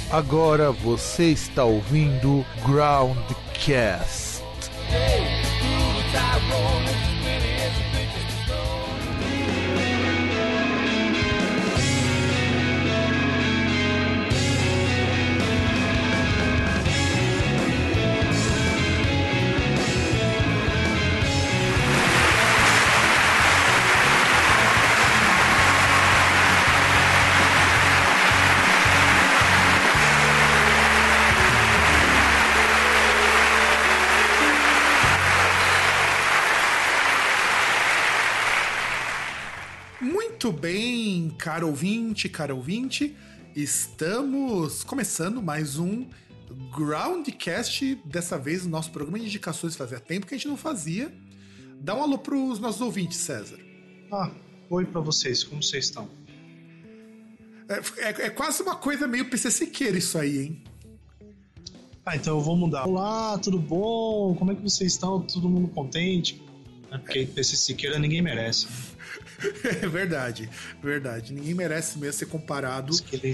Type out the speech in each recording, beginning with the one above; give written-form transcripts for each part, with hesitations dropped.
Agora você está ouvindo Groundcast. Muito bem, caro ouvinte, estamos começando mais um Groundcast, dessa vez o nosso programa de indicações. Fazia tempo que a gente não fazia. Dá um alô pros nossos ouvintes, César. Oi pra vocês, como vocês estão? É quase uma coisa meio PC Siqueira isso aí, hein? Então eu vou mudar. Olá, tudo bom? Como é que vocês estão? Todo mundo contente? Porque PC Siqueira ninguém merece. É verdade. Ninguém merece mesmo ser comparado.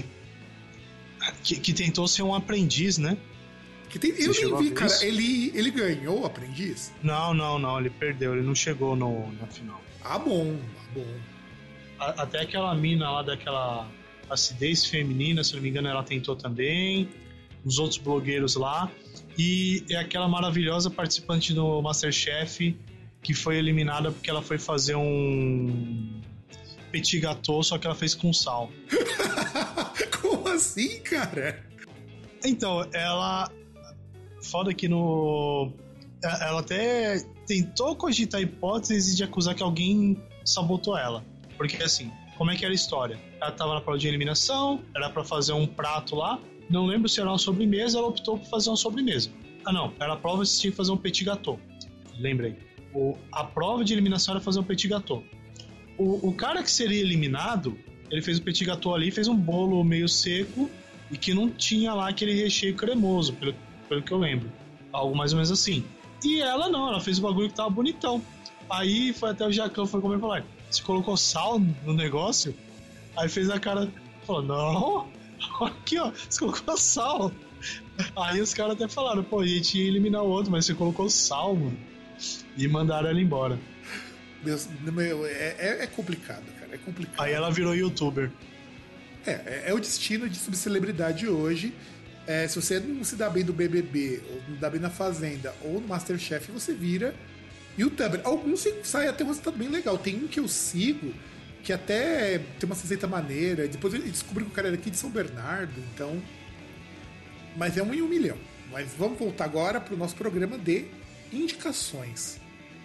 Que tentou ser um aprendiz, né? Eu nem vi, cara. Ele ganhou o aprendiz? Não, ele perdeu, ele não chegou na final. Bom. Até aquela mina lá daquela acidez feminina, se não me engano, ela tentou também. Os outros blogueiros lá. E é aquela maravilhosa participante do Masterchef que foi eliminada porque ela foi fazer um petit gâteau, só que ela fez com sal. Como assim, cara? Então, ela... Foda que ela até tentou cogitar a hipótese de acusar que alguém sabotou ela. Porque, assim, como é que era a história? Ela tava na prova de eliminação, era pra fazer um prato lá, não lembro se era uma sobremesa, ela optou por fazer uma sobremesa. Não, era a prova se tinha que fazer um petit gâteau. Lembrei. A prova de eliminação era fazer um petit gâteau. O cara que seria eliminado, ele fez o petit gâteau ali, fez um bolo meio seco e que não tinha lá aquele recheio cremoso, pelo que eu lembro. Algo mais ou menos assim. E ela não, ela fez o bagulho que tava bonitão. Aí foi até o Jacão, foi comer e falou: você colocou sal no negócio? Aí fez a cara, falou: não, aqui ó, você colocou sal. Aí os caras até falaram: pô, a gente ia eliminar o outro, mas você colocou sal, mano. E mandaram ela embora. É complicado, cara. É complicado. Aí ela virou youtuber. É o destino de subcelebridade hoje. Se você não se dá bem do BBB, ou não dá bem na Fazenda, ou no Masterchef, você vira youtuber. Alguns saem até um resultado bem legal. Tem um que eu sigo, que até tem uma receita maneira. Depois eu descobri que o cara era aqui de São Bernardo, então... Mas é 1 em 1 milhão. Mas vamos voltar agora pro nosso programa de indicações.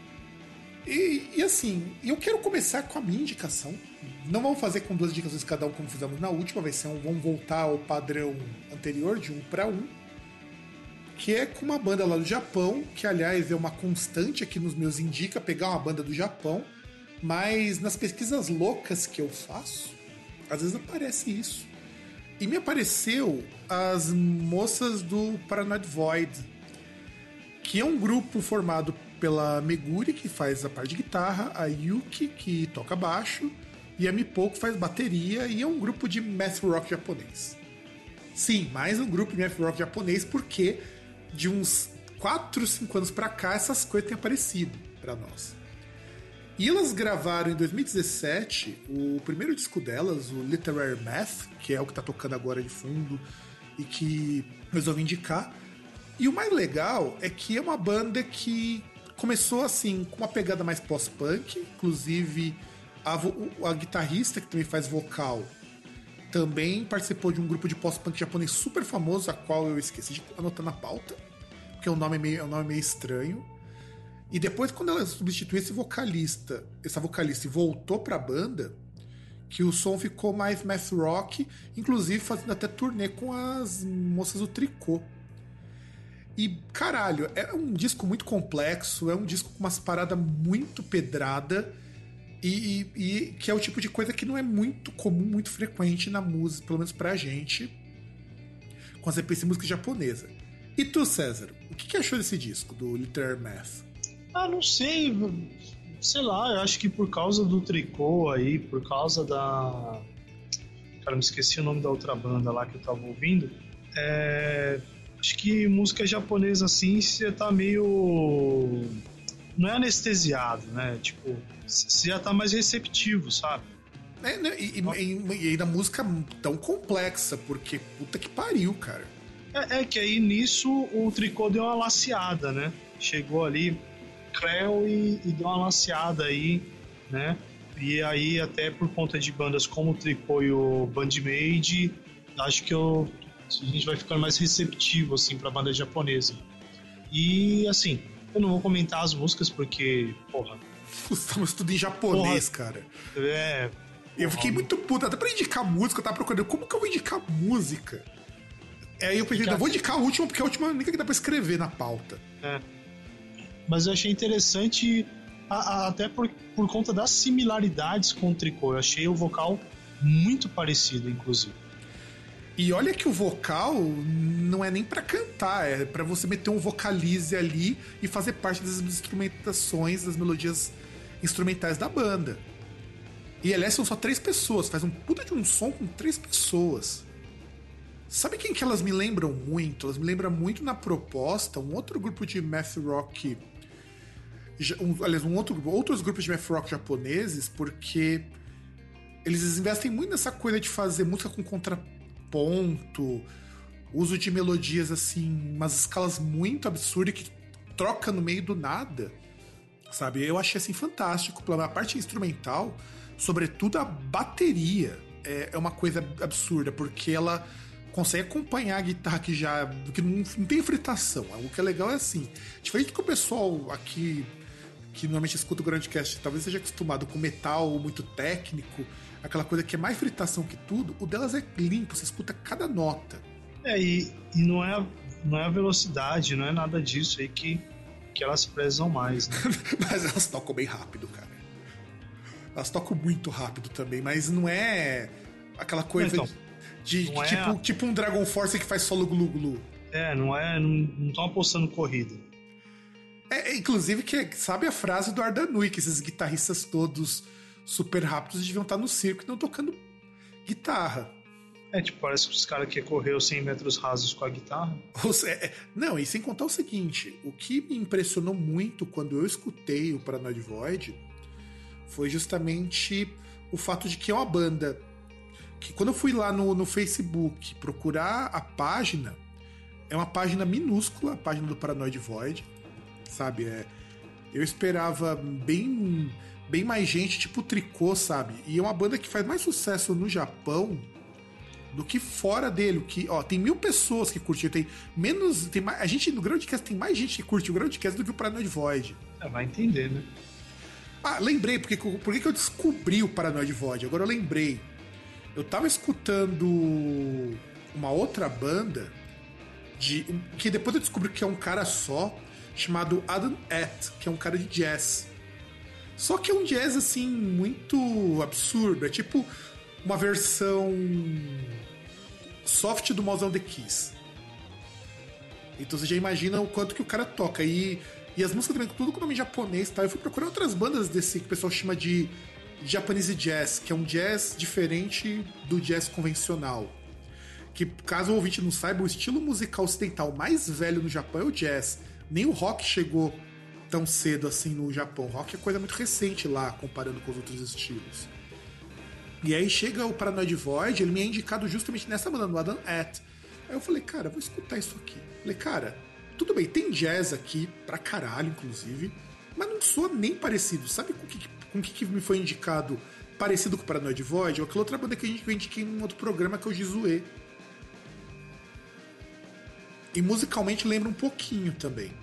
E assim, eu quero começar com a minha indicação. Não vamos fazer com 2 indicações cada um como fizemos na última, vamos voltar ao padrão anterior de 1 para 1, que é com uma banda lá do Japão, que aliás é uma constante aqui nos meus indica, pegar uma banda do Japão, mas nas pesquisas loucas que eu faço, às vezes aparece isso. E me apareceu as moças do Paranoid Void, que é um grupo formado pela Meguri, que faz a parte de guitarra, a Yuki, que toca baixo, e a Mipoko, que faz bateria, e é um grupo de math rock japonês. Sim, mais um grupo de math rock japonês, porque de uns 4, 5 anos pra cá, essas coisas têm aparecido pra nós. E elas gravaram em 2017 o primeiro disco delas, o Literary Math, que é o que tá tocando agora de fundo, e que resolvi indicar. E o mais legal é que é uma banda que começou assim, com uma pegada mais pós-punk, inclusive a guitarrista, que também faz vocal, também participou de um grupo de pós-punk japonês super famoso, a qual eu esqueci de anotar na pauta, porque o nome é meio estranho. E depois, quando ela substituiu essa vocalista e voltou pra banda, que o som ficou mais math rock, inclusive fazendo até turnê com as moças do Tricô. E, caralho, é um disco muito complexo, é um disco com umas paradas muito pedrada e que é o tipo de coisa que não é muito comum, muito frequente na música, pelo menos pra gente, quando você pensa em música japonesa. E tu, César, o que achou desse disco, do Literary Math? Não sei, sei lá, eu acho que por causa do Tricô aí, por causa da... Cara, me esqueci o nome da outra banda lá que eu tava ouvindo. Acho que música japonesa assim, você tá meio... Não é anestesiado, né? Tipo, você já tá mais receptivo, sabe? Né, e ainda música tão complexa, porque puta que pariu, cara. Que aí nisso o Tricô deu uma laceada, né? Chegou ali, Creu e deu uma laceada aí, né? E aí, até por conta de bandas como o Tricô e o Bandmade, acho que a gente vai ficando mais receptivo, assim, pra banda japonesa. E, assim, eu não vou comentar as músicas porque, porra... Estamos tudo em japonês, cara. Eu fiquei muito puto, até pra indicar música, eu tava procurando como que eu vou indicar música. Aí eu pensei, eu vou indicar a última, porque a última é a única que dá pra escrever na pauta. Mas eu achei interessante, até por conta das similaridades com o Tricô. Eu achei o vocal muito parecido, inclusive. E olha que o vocal não é nem pra cantar, é pra você meter um vocalize ali e fazer parte das instrumentações, das melodias instrumentais da banda. E aliás, são só 3 pessoas, faz um puta de um som com 3 pessoas. Sabe quem que elas me lembram muito? Elas me lembram muito na proposta um outro grupo de math rock. Aliás, outros grupos de math rock japoneses, porque eles investem muito nessa coisa de fazer música com contraponto, uso de melodias assim, umas escalas muito absurdas que troca no meio do nada, sabe? Eu achei assim fantástico. A parte instrumental, sobretudo a bateria, é uma coisa absurda, porque ela consegue acompanhar a guitarra que não tem fritação. O que é legal é assim, diferente que o pessoal aqui que normalmente escuta o Groundcast talvez seja acostumado com metal muito técnico, aquela coisa que é mais fritação que tudo, o delas é limpo, você escuta cada nota. E não é a velocidade, não é nada disso aí que elas prezam mais, né? Mas elas tocam bem rápido, cara. Elas tocam muito rápido também, mas não é aquela coisa tipo um Dragon Force que faz solo glu-glu. Não estão apostando corrida. Inclusive, sabe a frase do Ardanui, que esses guitarristas todos super rápidos deviam estar no circo e não tocando guitarra. Parece que os caras que correu 100 metros rasos com a guitarra. Não, e sem contar o seguinte, o que me impressionou muito quando eu escutei o Paranoid Void foi justamente o fato de que é uma banda que, quando eu fui lá no Facebook procurar a página, é uma página minúscula, a página do Paranoid Void, sabe? Eu esperava bem mais gente, tipo Tricô, sabe? E é uma banda que faz mais sucesso no Japão do que fora dele. Tem 1000 pessoas que curtiram, a gente no Groundcast tem mais gente que curte o Groundcast do que o Paranoid Void. Vai entender, né? Lembrei por que eu descobri o Paranoid Void. Agora eu lembrei. Eu tava escutando uma outra banda que depois eu descobri que é um cara só, chamado Adam At, que é um cara de jazz. Só que é um jazz assim muito absurdo, é tipo uma versão soft do Mouse on the Keys. Então você já imagina o quanto que o cara toca. E as músicas também, tudo com nome japonês, tá? Eu fui procurar outras bandas desse que o pessoal chama de Japanese Jazz, que é um jazz diferente do jazz convencional. Que, caso o ouvinte não saiba, o estilo musical ocidental mais velho no Japão é o jazz. Nem o rock chegou tão cedo assim no Japão. O rock é coisa muito recente lá, comparando com os outros estilos. E aí chega o Paranoid Void, ele me é indicado justamente nessa banda, no Adam At. Aí eu falei, cara, vou escutar isso aqui. Falei, cara, tudo bem, tem jazz aqui, pra caralho, inclusive, mas não soa nem parecido. Sabe com o que me foi indicado parecido com o Paranoid Void? Ou aquela outra banda que eu indiquei em um outro programa, que é o Jizue. E musicalmente lembra um pouquinho também.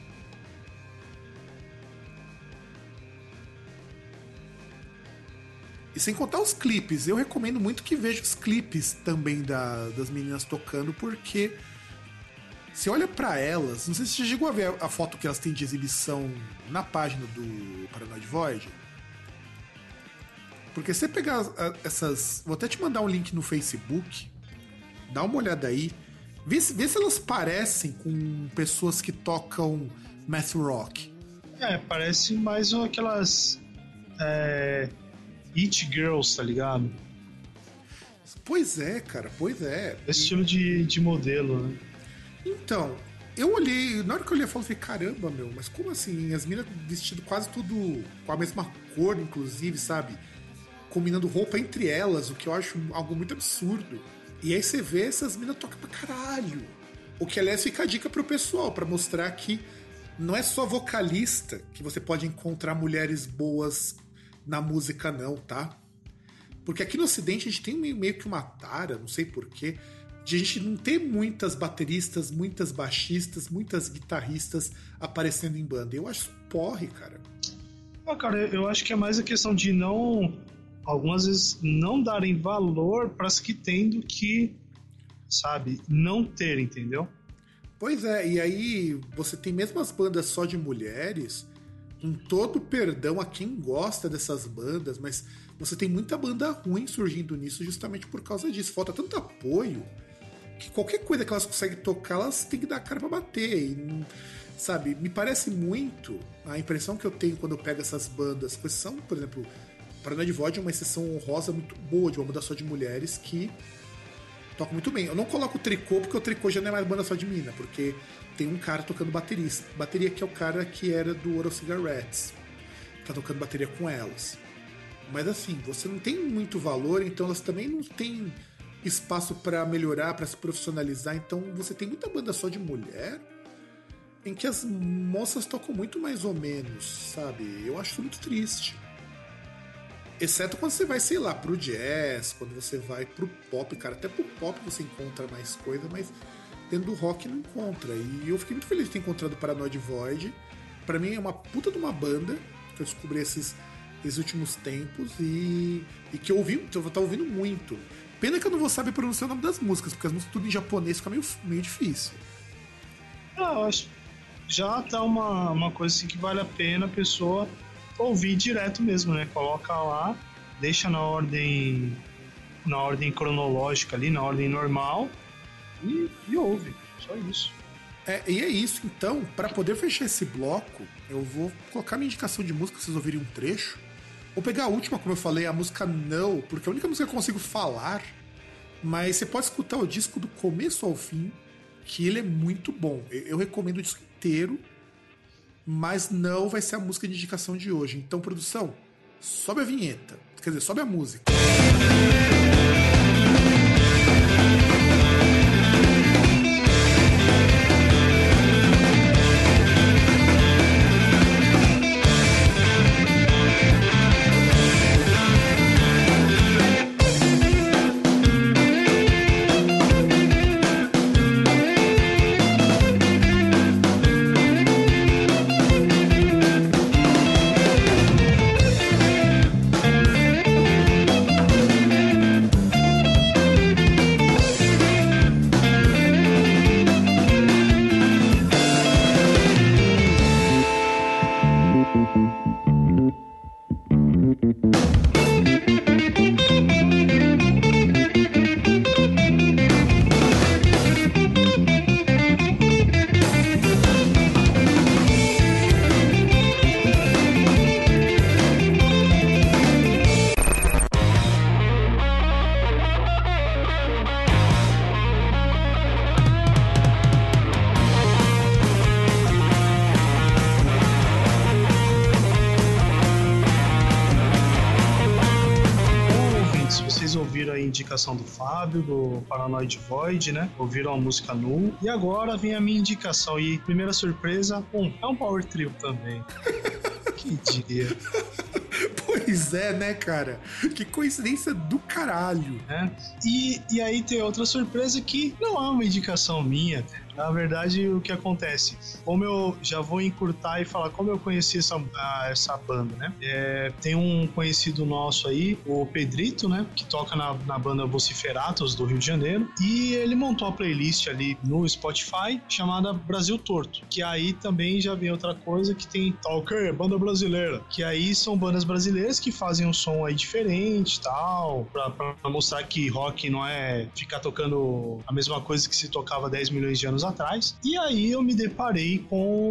E sem contar os clipes, eu recomendo muito que veja os clipes também das meninas tocando, porque você olha pra elas, não sei se você chegou a ver a foto que elas têm de exibição na página do Paranoid Void. Porque se você pegar essas... Vou até te mandar um link no Facebook, dá uma olhada aí, vê se elas parecem com pessoas que tocam math rock. Parece mais aquelas... It Girls, tá ligado? Pois é, cara, pois é. Esse estilo de modelo, né? Então, eu olhei, na hora que eu olhei, eu falei, caramba, meu, mas como assim? As minas vestido quase tudo com a mesma cor, inclusive, sabe? Combinando roupa entre elas, o que eu acho algo muito absurdo. E aí você vê essas minas tocam pra caralho. O que, aliás, fica a dica pro pessoal, pra mostrar que não é só vocalista que você pode encontrar mulheres boas na música, não, tá? Porque aqui no Ocidente a gente tem meio que uma tara, não sei porquê, de a gente não ter muitas bateristas, muitas baixistas, muitas guitarristas aparecendo em banda. Eu acho isso porre, cara. Ah, cara, eu acho que é mais a questão de não... Algumas vezes não darem valor para as que tem do que, sabe, não ter, entendeu? Pois é, e aí você tem mesmo as bandas só de mulheres, com todo perdão a quem gosta dessas bandas, mas você tem muita banda ruim surgindo nisso justamente por causa disso. Falta tanto apoio que qualquer coisa que elas conseguem tocar, elas têm que dar a cara pra bater. E, sabe, me parece muito a impressão que eu tenho quando eu pego essas bandas, com exceção, por exemplo, Paranoid Void é uma exceção honrosa muito boa de uma banda só de mulheres que toca muito bem. Eu não coloco o Tricô, porque o Tricô já não é mais banda só de mina, porque tem um cara tocando bateria, que é o cara que era do Oral Cigarettes, tá tocando bateria com elas. Mas assim, você não tem muito valor, então elas também não têm espaço pra melhorar, pra se profissionalizar, então você tem muita banda só de mulher em que as moças tocam muito mais ou menos, sabe? Eu acho isso muito triste. Exceto quando você vai, sei lá, pro jazz, quando você vai pro pop, cara. Até pro pop você encontra mais coisa, mas dentro do rock não encontra. E eu fiquei muito feliz de ter encontrado Paranoid Void. Pra mim é uma puta de uma banda que eu descobri esses últimos tempos e que eu vou estar ouvindo muito. Pena que eu não vou saber pronunciar o nome das músicas, porque as músicas tudo em japonês fica meio difícil. Eu acho já tá uma coisa assim que vale a pena a pessoa ouvir direto mesmo, né? Coloca lá, deixa na ordem cronológica ali, na ordem normal e ouve. Só isso. E é isso, então, para poder fechar esse bloco, eu vou colocar minha indicação de música, pra vocês ouvirem um trecho. Vou pegar a última, como eu falei, a música No, porque é a única música que eu consigo falar, mas você pode escutar o disco do começo ao fim, que ele é muito bom. Eu recomendo o disco inteiro, mas não vai ser a música de indicação de hoje. Então, produção, sobe a vinheta. Quer dizer, sobe a música. Indicação do Fábio, do Paranoid Void, né? Ouviram a música Nu. E agora vem a minha indicação. E primeira surpresa, é um Power Trio também. Que dia. Pois é, né, cara? Que coincidência do caralho. E aí tem outra surpresa que não é uma indicação minha. Na verdade, o que acontece? Como eu já vou encurtar e falar como eu conheci essa banda, né? Tem um conhecido nosso aí, o Pedrito, né? Que toca na banda Vociferatos do Rio de Janeiro. E ele montou a playlist ali no Spotify chamada Brasil Torto. Que aí também já vem outra coisa que tem, banda brasileira. Que aí são bandas brasileiras que fazem um som aí diferente e tal. Pra mostrar que rock não é ficar tocando a mesma coisa que se tocava 10 milhões de anos atrás. E aí eu me deparei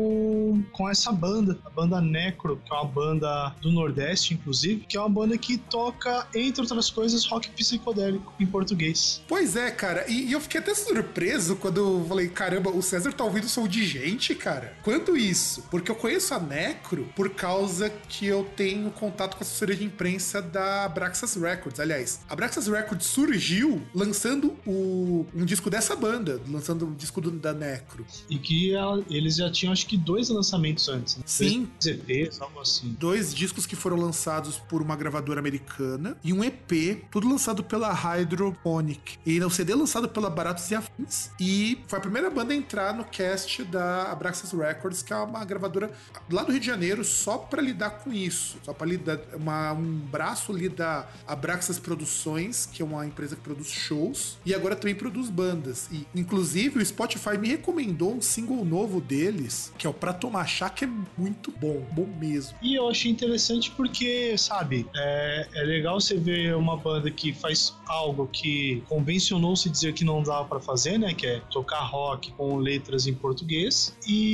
com essa banda, a banda Necro, que é uma banda do Nordeste, inclusive, que é uma banda que toca, entre outras coisas, rock psicodélico em português. Pois é, cara, e eu fiquei até surpreso quando eu falei, caramba, o César tá ouvindo som de gente, cara. Quanto isso? Porque eu conheço a Necro por causa que eu tenho contato com a assessoria de imprensa da Abraxas Records. Aliás, a Abraxas Records surgiu lançando um disco dessa banda, lançando o disco da Necro. E que eles já tinham, acho que 2 lançamentos antes. Né? Sim. 2 EPs, algo assim. 2 discos que foram lançados por uma gravadora americana e um EP, tudo lançado pela Hydroponic. E o CD lançado pela Baratos e Afins. E foi a primeira banda a entrar no cast da Abraxas Records, que é uma gravadora lá do Rio de Janeiro, só pra lidar com isso. Só pra lidar, um braço ali da Abraxas Produções, que é uma empresa que produz shows, e agora também produz bandas. E, inclusive, o Spotify me recomendou um single novo deles, que é o Pra Tomar Chá, que é muito bom, bom mesmo. E eu achei interessante porque, sabe, é legal você ver uma banda que faz algo que convencionou-se dizer que não dava pra fazer, né, que é tocar rock com letras em português,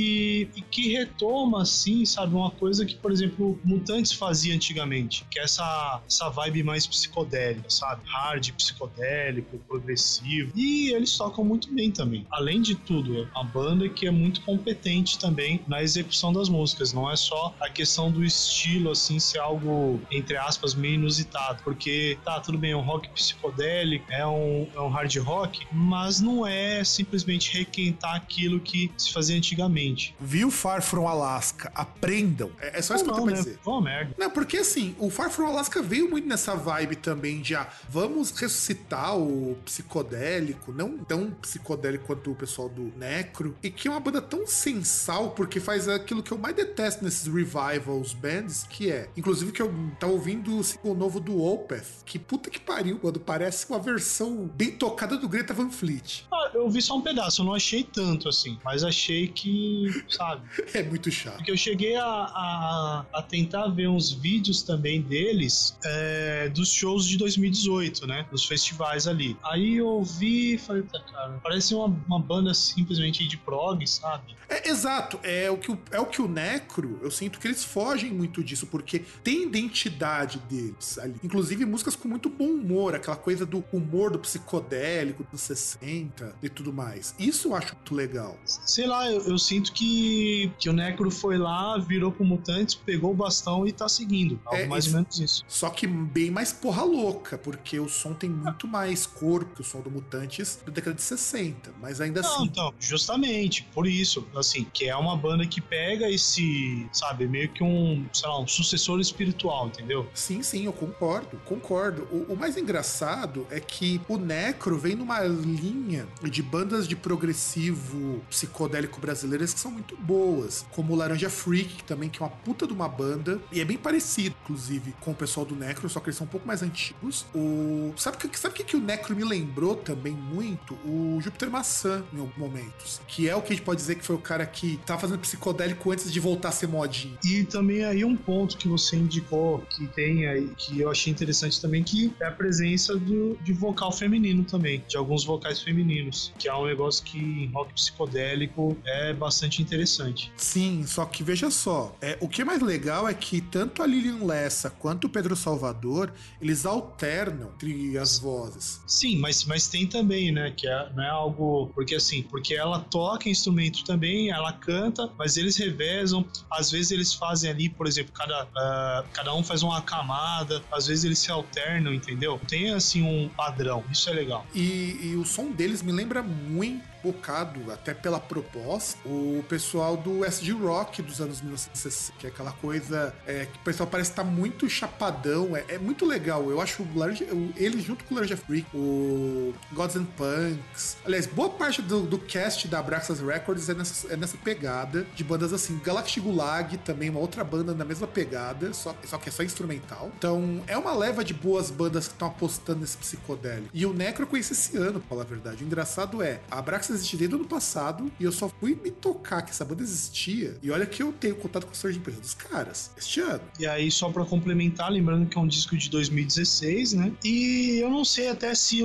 e que retoma, assim, sabe, uma coisa que, por exemplo, Mutantes fazia antigamente, que é essa vibe mais psicodélica, sabe, hard psicodélico, progressivo, e eles tocam muito bem também. Além de tudo, é uma banda que é muito competente também na execução das músicas, não é só a questão do estilo, assim, ser algo, entre aspas, meio inusitado, porque, tá, tudo bem, é um rock psicodélico, é um hard rock, mas não é simplesmente requentar aquilo que se fazia antigamente. Viu Far From Alaska? Aprendam. É só isso que eu tenho pra dizer. Uma merda. Não, porque assim, o Far From Alaska veio muito nessa vibe também de vamos ressuscitar o psicodélico, não tão psicodélico quanto o pessoal do Necro, e que é uma banda tão sensal, porque faz aquilo que eu mais detesto nesses revivals bands, que é, inclusive que eu tava ouvindo o single novo do Opeth, que puta que pariu, mano, parece uma versão bem tocada do Greta Van Fleet. Eu vi só um pedaço, eu não achei tanto assim, mas achei que, sabe... É muito chato. Porque eu cheguei a tentar ver uns vídeos também deles dos shows de 2018, né? Dos festivais ali. Aí eu ouvi e falei, tá, cara, parece uma banda simplesmente de prog, sabe? Exato, é o que o Necro, eu sinto que eles fogem muito disso, porque tem identidade deles ali. Inclusive músicas com muito bom humor, aquela coisa do humor do psicodélico dos 60 e tudo mais. Isso eu acho muito legal. Sei lá, eu sinto que o Necro foi lá, virou pro Mutantes, pegou o bastão e tá seguindo. Algo mais ou menos isso. Só que bem mais porra louca, porque o som tem muito mais corpo que o som do Mutantes da década de 60, mas ainda assim... Então, justamente, por isso, assim, que é uma banda que pega esse, sabe, meio que um sucessor espiritual, entendeu? Sim, eu concordo. O mais engraçado é que o Necro vem numa linha de bandas de progressivo psicodélico brasileiras que são muito boas, como o Laranja Freak, também, que é uma puta de uma banda, e é bem parecido, inclusive, com o pessoal do Necro, só que eles são um pouco mais antigos. Sabe o que o Necro me lembrou também muito? O Júpiter Maçã, em alguns momentos, que é o que a gente pode dizer que foi o cara que tava fazendo psicodélico antes de voltar a ser modinho. E também aí um ponto que você indicou, que tem aí, que eu achei interessante também, que é a presença de vocal feminino também, de alguns vocais femininos, que é um negócio que em rock psicodélico é bastante interessante. Sim, só que veja só, o que é mais legal é que tanto a Lilian Lessa quanto o Pedro Salvador, eles alternam entre as vozes. Sim, mas tem também, né, que não é algo, porque ela toca instrumento também, ela canta, mas eles revezam, às vezes eles fazem ali, por exemplo, cada um faz uma camada, às vezes eles se alternam, entendeu? Tem assim um padrão, isso é legal. E o som deles me lembra muito bocado, até pela proposta, o pessoal do SD Rock dos anos 1960, que é aquela coisa que o pessoal parece estar muito chapadão, é muito legal. Eu acho ele junto com o Laranja Freak, o Gods and Punks, aliás, boa parte do cast da Abraxas Records é nessa pegada de bandas assim. Galactic Gulag também, uma outra banda na mesma pegada, só que é só instrumental. Então é uma leva de boas bandas que estão apostando nesse psicodélico. E o Necro eu conheci esse ano, pra falar a verdade. O engraçado a Abraxas existe desde o ano passado e eu só fui me tocar que essa banda existia. E olha que eu tenho contato com a história de empresa dos caras este ano. E aí, só pra complementar, lembrando que é um disco de 2016, né? E eu não sei até se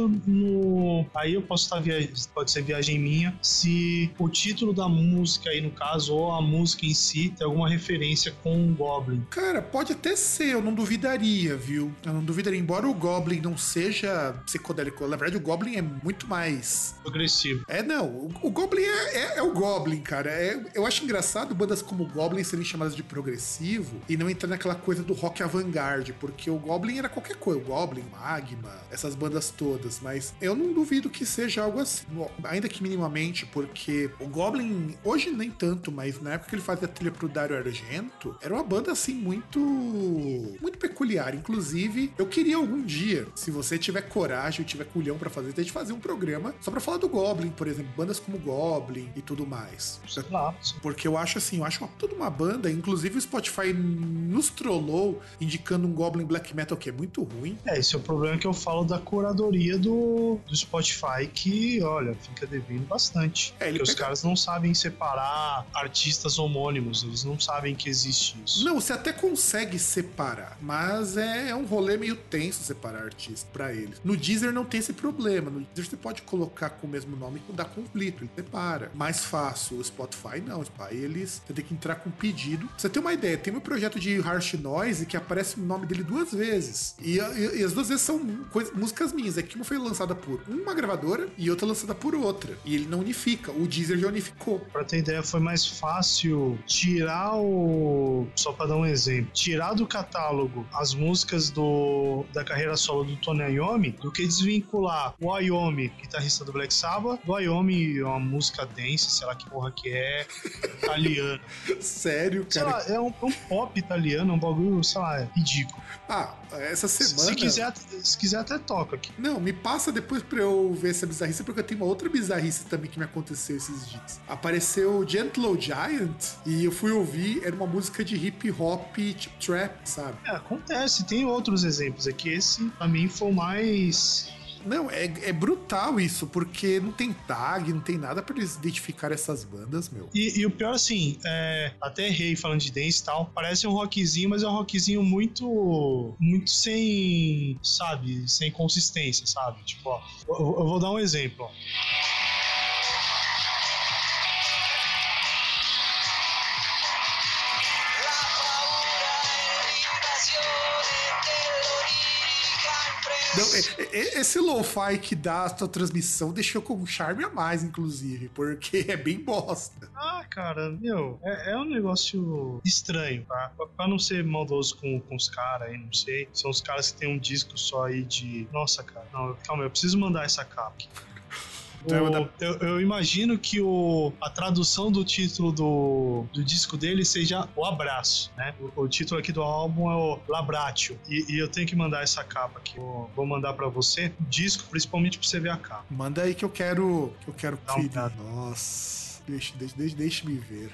aí eu posso estar pode ser viagem minha, se o título da música aí, no caso, ou a música em si, tem alguma referência com o Goblin. Cara, pode até ser, eu não duvidaria, viu? Eu não duvidaria, embora o Goblin não seja psicodélico. Na verdade, o Goblin é muito mais Progressivo. Não, o Goblin é o Goblin, cara. Eu acho engraçado bandas como o Goblin serem chamadas de progressivo e não entrar naquela coisa do rock avant-garde, porque o Goblin era qualquer coisa, o Goblin, Magma, essas bandas todas, mas eu não duvido que seja algo assim, ainda que minimamente, porque o Goblin, hoje nem tanto, mas na época que ele fazia a trilha pro Dario Argento, era uma banda assim muito peculiar. Inclusive, eu queria algum dia, se você tiver coragem ou tiver culhão pra fazer, a gente fazer um programa só pra falar do Goblin, por exemplo, bandas como Goblin e tudo mais. Sei lá. Porque eu acho assim, toda uma banda, inclusive o Spotify nos trollou indicando um Goblin Black Metal que é muito ruim. Esse é o problema que eu falo da curadoria do Spotify, que, olha, fica devendo bastante. Porque os caras não sabem separar artistas homônimos, eles não sabem que existe isso. Não, você até consegue separar, mas é um rolê meio tenso separar artistas pra eles. No Deezer não tem esse problema, no Deezer você pode colocar com o mesmo nome e dá conflito, ele separa. Mais fácil, o Spotify não, o Spotify você tem que entrar com pedido. Pra você ter uma ideia, tem um projeto de Harsh Noise que aparece o nome dele 2 vezes. E as 2 vezes são músicas minhas. É que uma foi lançada por uma gravadora e outra lançada por outra. E ele não unifica, o Deezer já unificou. Pra ter ideia, foi mais fácil tirar só pra dar um exemplo, tirar do catálogo as músicas da carreira solo do Tony Iommi do que desvincular o Iommi, guitarrista do Black Sabbath, do Iommi, uma música dance, sei lá que porra que é, italiana. Sério, cara? Sei lá, é um pop italiano, um bagulho, sei lá, ridículo. Essa semana... Se quiser até toca aqui. Não, me passa depois pra eu ver essa bizarrice, porque eu tenho uma outra bizarrice também que me aconteceu esses dias. Apareceu Gentle Giant e eu fui ouvir, era uma música de hip hop, tipo trap, sabe? Acontece, tem outros exemplos aqui. Esse, pra mim, foi o mais... Não, é brutal isso, porque não tem tag, não tem nada pra eles identificar essas bandas, meu. E o pior, assim, até errei falando de dance e tal, parece um rockzinho, mas é um rockzinho muito sem, sabe, sem consistência, sabe? Tipo, ó, eu vou dar um exemplo, ó. Não, esse lo-fi que dá a tua transmissão deixou com um charme a mais, inclusive, porque é bem bosta. Cara, meu, é um negócio estranho, tá? Pra não ser maldoso com os caras aí, não sei. São os caras que tem um disco só aí de... Nossa, cara, não, calma, eu preciso mandar essa capa aqui. Eu imagino que a tradução do título do disco dele seja O Abraço, né? O título aqui do álbum é o Labratio. E eu tenho que mandar essa capa aqui. Vou mandar pra você o disco, principalmente pra você ver a capa. Manda aí que eu quero Dá. Nossa, deixe-me ver.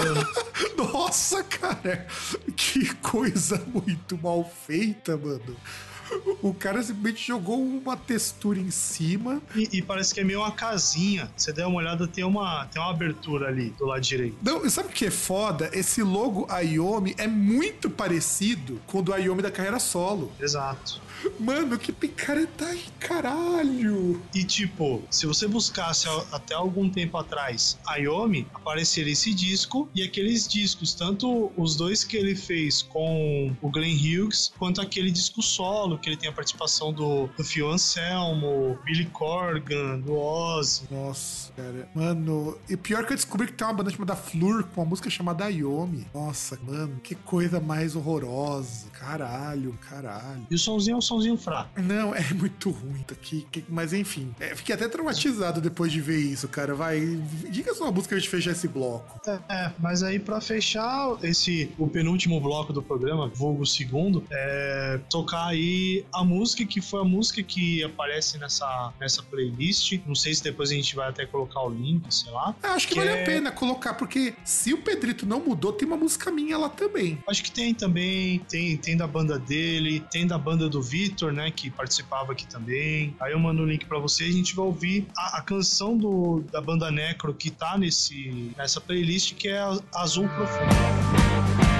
Nossa, cara, que coisa muito mal feita, mano. O cara simplesmente jogou uma textura em cima. E parece que é meio uma casinha. Você der uma olhada, tem uma abertura ali do lado direito. Não, e sabe o que é foda? Esse logo Iommi é muito parecido com o do Iommi da carreira solo. Exato. Mano, que picareta aí, caralho! E tipo, se você buscasse até algum tempo atrás Iommi, apareceria esse disco e aqueles discos, tanto os dois que ele fez com o Glenn Hughes, quanto aquele disco solo, que ele tem a participação do Phil Anselmo, Billy Corgan, do Ozzy. Nossa, cara. Mano, e pior que eu descobri que tem uma banda chamada Flur, com uma música chamada Iommi. Nossa, mano, que coisa mais horrorosa. Caralho. E o somzinho é um somzinho fraco. Não, é muito ruim aqui. Mas enfim, fiquei até traumatizado depois de ver isso, cara. Vai, diga só uma música pra gente fechar esse bloco. Mas aí pra fechar o penúltimo bloco do programa, vulgo segundo, tocar aí a música que foi a música que aparece nessa playlist. Não sei se depois a gente vai até colocar o link, sei lá. Acho que vale a pena colocar, porque se o Pedrito não mudou, tem uma música minha lá também. Acho que tem também, tem tem da banda dele, tem da banda do Vitor, né, que participava aqui também. Aí eu mando o link pra você e a gente vai ouvir a canção da banda Necro que tá nessa playlist, que é Azul Profundo.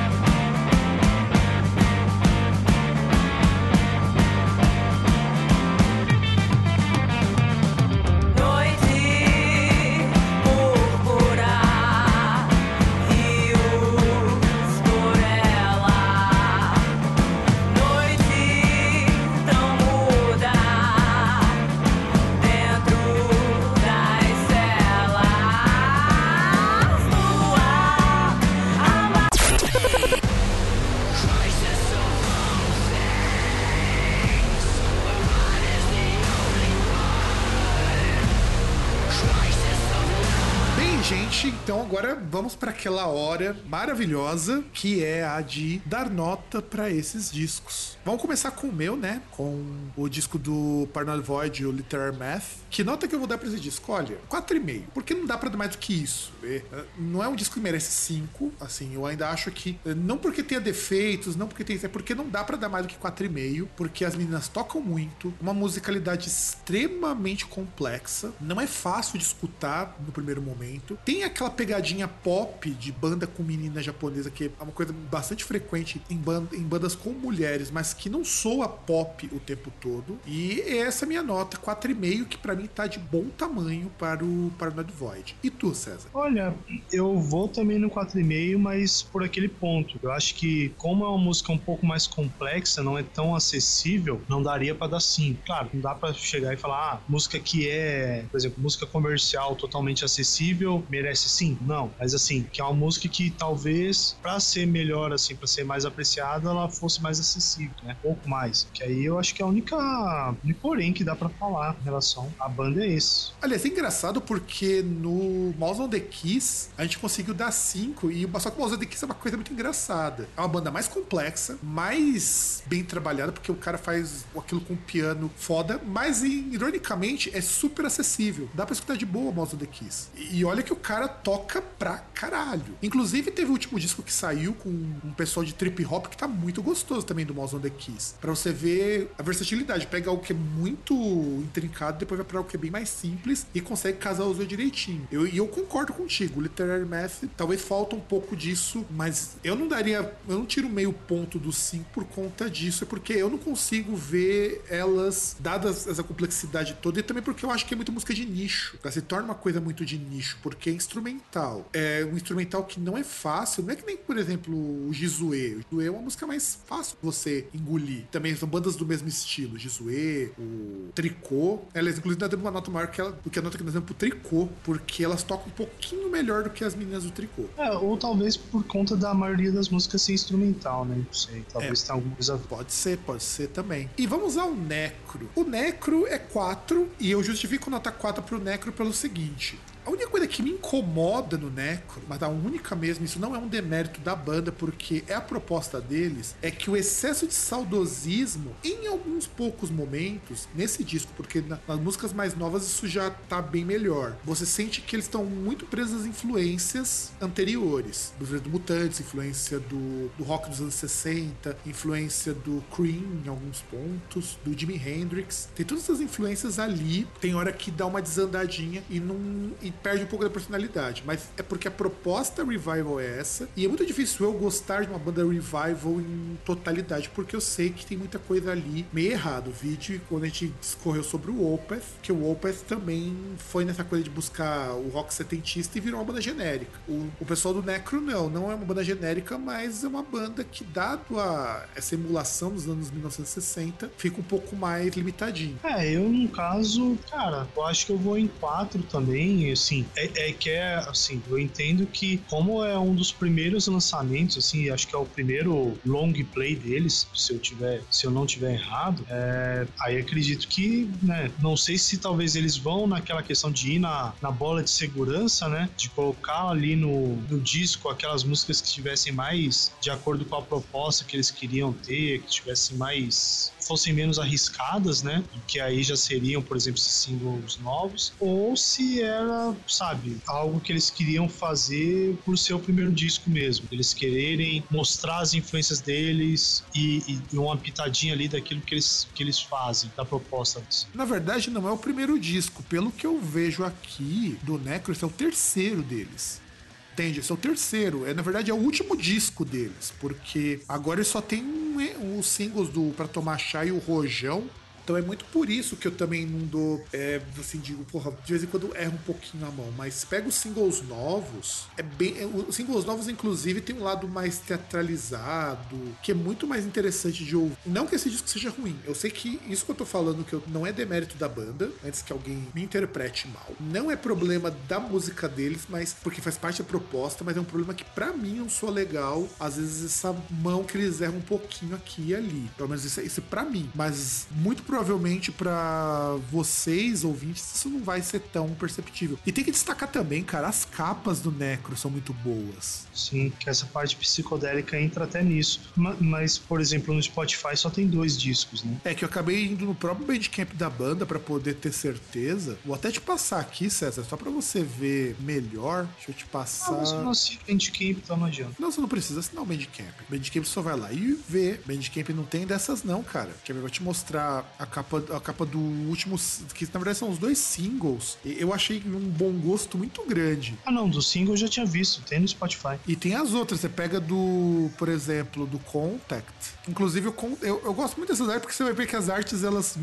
Então agora vamos para aquela hora maravilhosa que é a de dar nota para esses discos. Vamos começar com o meu, né? Com o disco do Paranoid Void, o Literary Math. Que nota que eu vou dar para esse disco? Olha, 4,5. Porque não dá para dar mais do que isso. Não é um disco que merece 5. Assim, eu ainda acho que não porque tenha defeitos, não porque tenha, é porque não dá para dar mais do que 4,5. Porque as meninas tocam muito, uma musicalidade extremamente complexa. Não é fácil de escutar no primeiro momento. Tem aquela pegadinha pop de banda com menina japonesa, que é uma coisa bastante frequente em bandas com mulheres, mas que não soa pop o tempo todo. E essa é a minha nota, 4,5, que pra mim tá de bom tamanho para o Paranoid Void. E tu, César? Olha, eu vou também no 4,5, mas por aquele ponto. Eu acho que, como é uma música um pouco mais complexa, não é tão acessível, não daria pra dar 5. Claro, não dá pra chegar e falar, música que é, por exemplo, música comercial totalmente acessível, merece 5. Não, mas assim, que é uma música que talvez, pra ser melhor, assim, pra ser mais apreciada, ela fosse mais acessível, né? Um pouco mais. Que aí eu acho que é a único porém que dá pra falar em relação à banda é esse. Aliás, é engraçado porque no Mouse on the Keys a gente conseguiu dar 5, só que o Mouse on the Keys é uma coisa muito engraçada. É uma banda mais complexa, mais bem trabalhada, porque o cara faz aquilo com um piano foda, mas ironicamente é super acessível. Dá pra escutar de boa o Mouse on the Keys. E olha que o cara toca pra caralho. Inclusive teve o último disco que saiu com um pessoal de trip hop que tá muito gostoso também do Mouse on the Keys. Pra você ver a versatilidade. Pega algo que é muito intrincado, depois vai pra algo que é bem mais simples e consegue casar os dois direitinho. E eu concordo contigo. O Literary Math talvez falta um pouco disso, mas eu não tiro meio ponto do 5 por conta disso. É porque eu não consigo ver elas, dadas essa complexidade toda, e também porque eu acho que é muito música de nicho. Ela se torna uma coisa muito de nicho, porque é instrumental. É um instrumental que não é fácil. Não é que nem, por exemplo, o Jizue. O Jizue é uma música mais fácil de você engolir. Também são bandas do mesmo estilo. Jizue, o Tricô. Elas, inclusive, nós damos uma nota maior do que a nota que nós damos pro Tricô, porque elas tocam um pouquinho melhor do que as meninas do Tricô. Ou talvez por conta da maioria das músicas ser instrumental, né? Não sei. Talvez tenha alguma coisa. Pode ser também. E vamos ao Necro. O Necro é 4, e eu justifico nota 4 pro Necro pelo seguinte. A única coisa que me incomoda no Necro, mas a única mesmo, isso não é um demérito da banda, porque é a proposta deles, é que o excesso de saudosismo, em alguns poucos momentos, nesse disco, porque nas músicas mais novas isso já tá bem melhor, você sente que eles estão muito presos às influências anteriores, do Mutantes, influência do rock dos anos 60, influência do Cream em alguns pontos, do Jimi Hendrix, tem todas essas influências ali, tem hora que dá uma desandadinha e perde um pouco da personalidade, mas é porque a proposta revival é essa, e é muito difícil eu gostar de uma banda revival em totalidade, porque eu sei que tem muita coisa ali meio errado. O vídeo, quando a gente discorreu sobre o Opeth, que o Opeth também foi nessa coisa de buscar o rock setentista e virou uma banda genérica. O pessoal do Necro não é uma banda genérica, mas é uma banda que, dado essa emulação dos anos 1960, fica um pouco mais limitadinho. Eu no caso, cara, eu acho que eu vou em 4 também, assim, assim, eu entendo que como é um dos primeiros lançamentos, assim, acho que é o primeiro long play deles, se eu não tiver errado, aí acredito que, né, não sei se talvez eles vão naquela questão de ir na bola de segurança, né, de colocar ali no disco aquelas músicas que estivessem mais de acordo com a proposta que eles queriam ter, que fossem menos arriscadas, né, que aí já seriam, por exemplo, esses singles novos, ou se ela era, sabe, algo que eles queriam fazer por ser o primeiro disco mesmo. Eles quererem mostrar as influências deles e uma pitadinha ali daquilo que eles fazem, da proposta deles. Na verdade, não é o primeiro disco. Pelo que eu vejo aqui do Necro, esse é o terceiro deles. Entende? Esse é o terceiro. Na verdade, é o último disco deles. Porque agora eles só tem os singles do Pra Tomar Chá e o Rojão. Então é muito por isso que eu também não dou, assim, digo, porra, de vez em quando erro um pouquinho a mão, mas pega os singles novos, os singles novos, inclusive, tem um lado mais teatralizado, que é muito mais interessante de ouvir. Não que esse disco seja ruim, eu sei que isso que eu tô falando, não é demérito da banda, antes que alguém me interprete mal. Não é problema da música deles, mas porque faz parte da proposta, mas é um problema que pra mim não soa legal, às vezes essa mão que eles erram um pouquinho aqui e ali. Pelo menos isso é pra mim, mas muito provavelmente pra vocês, ouvintes, isso não vai ser tão perceptível. E tem que destacar também, cara, as capas do Necro são muito boas. Sim, que essa parte psicodélica entra até nisso. Mas, por exemplo, no Spotify só tem 2 discos, né? É que eu acabei indo no próprio Bandcamp da banda pra poder ter certeza. Vou até te passar aqui, César, só pra você ver melhor. Deixa eu te passar. Mas eu não assino Bandcamp, então não adianta. Não, você não precisa assinar o Bandcamp. O Bandcamp só vai lá e vê. Bandcamp não tem dessas não, cara. Quer ver? Eu vou te mostrar a capa do último, que na verdade são os 2 singles. Eu achei um bom gosto muito grande. Ah não, do single eu já tinha visto, tem no Spotify. E tem as outras, você pega por exemplo, do Contact. Inclusive, eu gosto muito dessas artes, porque você vai ver que as artes, elas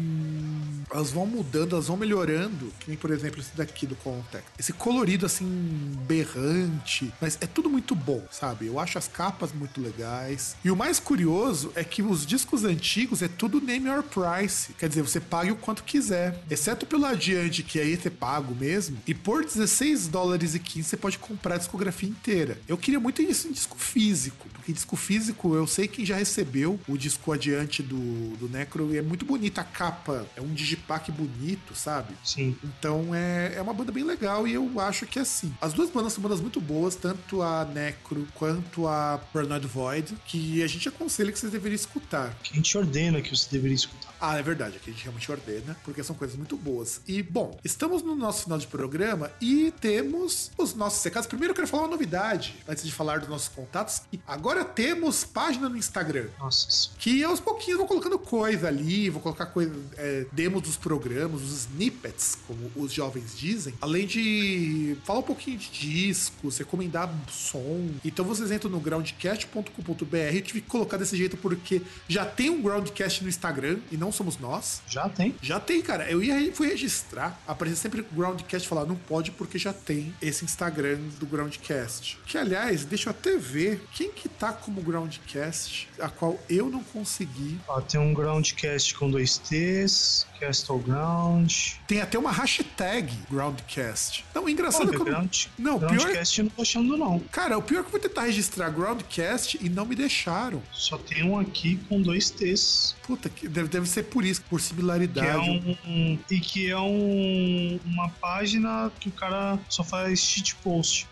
vão mudando, elas vão melhorando. Que nem, por exemplo, esse daqui do Contact. Esse colorido, assim, berrante. Mas é tudo muito bom, sabe? Eu acho as capas muito legais. E o mais curioso é que os discos antigos é tudo name or price. Quer dizer, você paga o quanto quiser. Exceto pelo Adiante, que aí você paga mesmo. E por $16,15 você pode comprar a discografia inteira. Eu queria muito isso em disco físico. Porque disco físico, eu sei quem já recebeu o disco Adiante do Necro. E é muito bonita a capa. É um digipack bonito, sabe? Sim. Então é uma banda bem legal. E eu acho que é assim. As duas bandas são bandas muito boas. Tanto a Necro quanto a Paranoid Void. Que a gente aconselha que vocês deveriam escutar. Que a gente ordena que você deveria escutar. Ah, é verdade, aqui a gente realmente ordena, porque são coisas muito boas. E, bom, estamos no nosso final de programa e temos os nossos recados. Primeiro eu quero falar uma novidade, antes de falar dos nossos contatos. Agora temos página no Instagram. Nossa. Que aos pouquinhos vou colocando coisa ali, vou colocar demos dos programas, os snippets, como os jovens dizem. Além de falar um pouquinho de discos, recomendar som. Então vocês entram no groundcast.com.br. Eu tive que colocar desse jeito porque já tem um Groundcast no Instagram e não somos nós. Já tem? Já tem, cara. Fui registrar, aparecia sempre o Groundcast, falar, não pode porque já tem esse Instagram do Groundcast. Que, aliás, deixa eu até ver quem que tá como Groundcast, a qual eu não consegui. Ó, tem um Groundcast com 2 T's, Castle Ground. Tem até uma hashtag Groundcast. Não, engraçado Pô, como... Não, Groundcast eu não tô achando, não. Cara, o pior é que eu vou tentar registrar Groundcast e não me deixaram. Só tem um aqui com 2 T's. Puta, que deve ser por isso, por similaridade. Que é uma página que o cara só faz shitpost.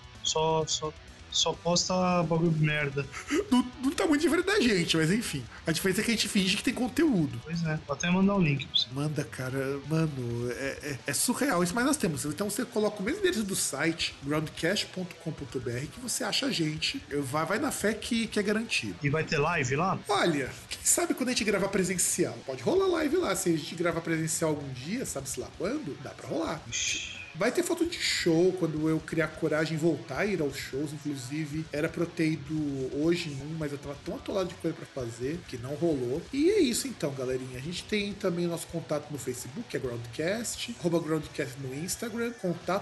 Só posta bagulho de merda. Não tá muito diferente da gente, mas enfim. A diferença é que a gente finge que tem conteúdo. Pois é, vou até mandar o link pra você. Manda, cara. Mano, é surreal isso, mas nós temos. Então você coloca o mesmo endereço do site, groundcast.com.br, que você acha a gente. Vai na fé que é garantido. E vai ter live lá? Olha, quem sabe quando a gente gravar presencial? Pode rolar live lá. Se a gente gravar presencial algum dia, sabe-se lá quando? Dá pra rolar. Vai ter foto de show quando eu criar coragem e voltar a ir aos shows. Inclusive, era pra eu ter ido hoje em um, mas eu tava tão atolado de coisa pra fazer que não rolou. E é isso então, galerinha. A gente tem também o nosso contato no Facebook, que é Groundcast, @Groundcast no Instagram,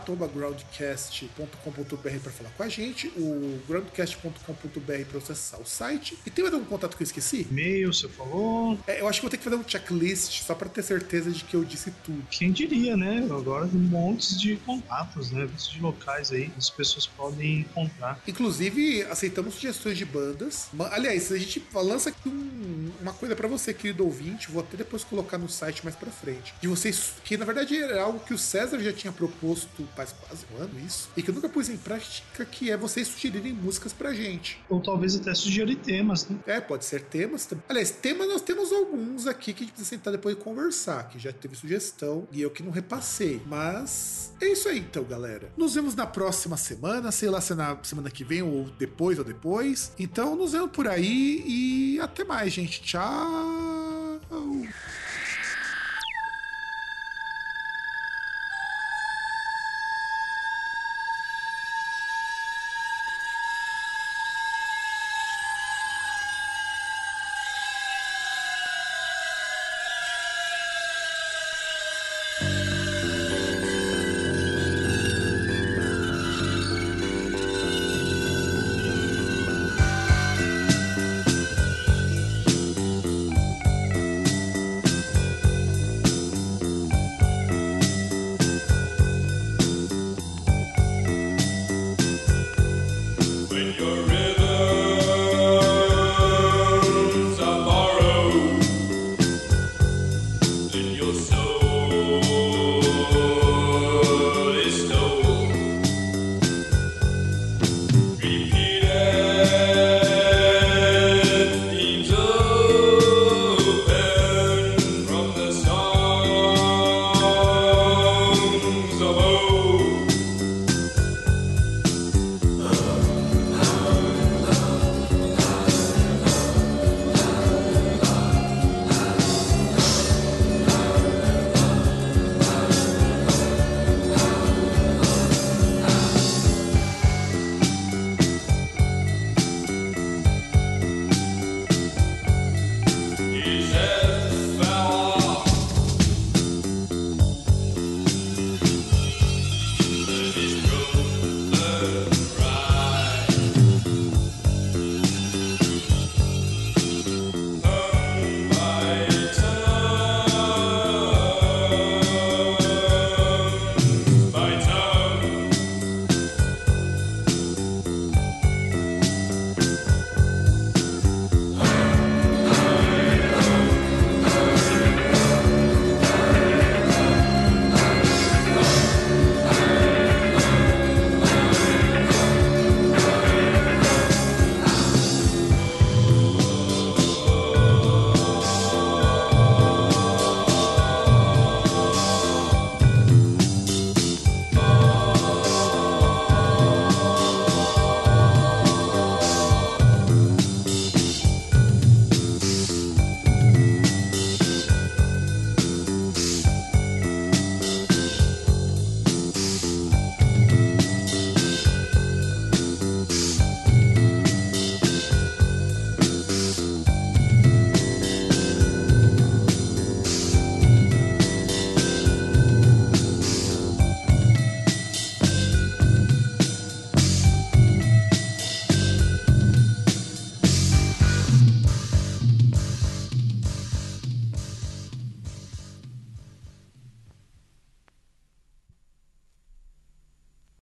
contato@groundcast.com.br pra falar com a gente, o groundcast.com.br pra acessar o site. E tem mais algum contato que eu esqueci? E-mail, você falou. Eu acho que vou ter que fazer um checklist só pra ter certeza de que eu disse tudo. Quem diria, né? Agora tem montes de contatos, né? Montes de locais aí que as pessoas podem encontrar. Inclusive, aceitamos sugestões de bandas. Aliás, a gente lança aqui um uma coisa pra você, querido ouvinte, vou até depois colocar no site mais pra frente. De vocês, que na verdade era algo que o César já tinha proposto faz quase um ano isso, e que eu nunca pus em prática, que é vocês sugerirem músicas pra gente. Ou talvez até sugerir temas, né? Pode ser temas também. Aliás, temas nós temos alguns aqui que a gente precisa sentar depois e conversar, que já teve sugestão e eu que não repassei. Mas é isso aí então, galera. Nos vemos na próxima semana, sei lá se é na semana que vem ou depois. Então nos vemos por aí e até mais, gente. Tchau!